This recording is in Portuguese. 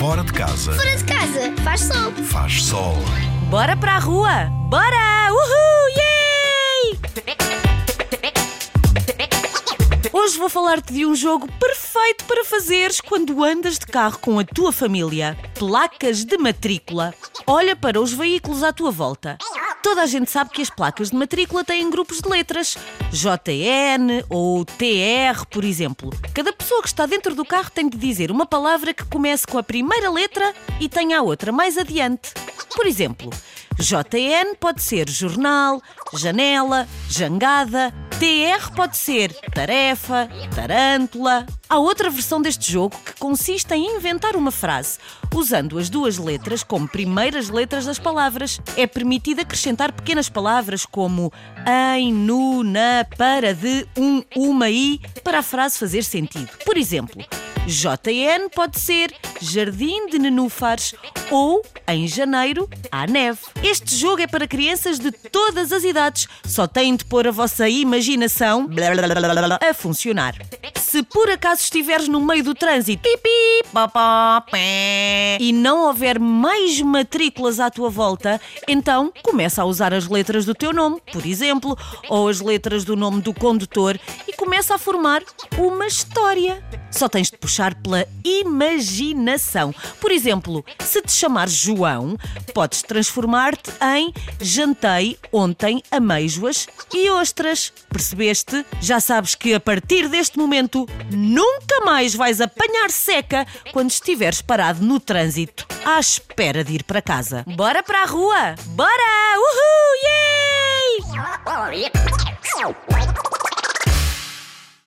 Fora de casa. Fora de casa, faz sol. Faz sol. Bora para a rua! Bora! Uhul! Yay! Hoje vou falar-te de um jogo perfeito para fazeres quando andas de carro com a tua família. Placas de matrícula. Olha para os veículos à tua volta. Toda a gente sabe que as placas de matrícula têm grupos de letras. JN ou TR, por exemplo. Cada pessoa que está dentro do carro tem de dizer uma palavra que comece com a primeira letra e tenha a outra mais adiante. Por exemplo, JN pode ser jornal, janela, jangada. TR pode ser tarefa, tarântula. Há outra versão deste jogo que consiste em inventar uma frase, usando as duas letras como primeiras letras das palavras. É permitido acrescentar pequenas palavras como em, no, na, para, de, uma e, para a frase fazer sentido. Por exemplo, JN pode ser jardim de nenúfares ou, em janeiro, há neve. Este jogo é para crianças de todas as idades. Só têm de pôr a vossa imaginação a funcionar. Se por acaso estiveres no meio do trânsito e não houver mais matrículas à tua volta, então começa a usar as letras do teu nome, por exemplo, ou as letras do nome do condutor e começa a formar uma história. Só tens de puxar pela imaginação. Por exemplo, se te chamares João, podes transformar-te em jantei ontem amêijoas e ostras. Percebeste? Já sabes que a partir deste momento nunca mais vais apanhar seca quando estiveres parado no trânsito à espera de ir para casa. Bora para a rua! Bora! Uhul! Yay!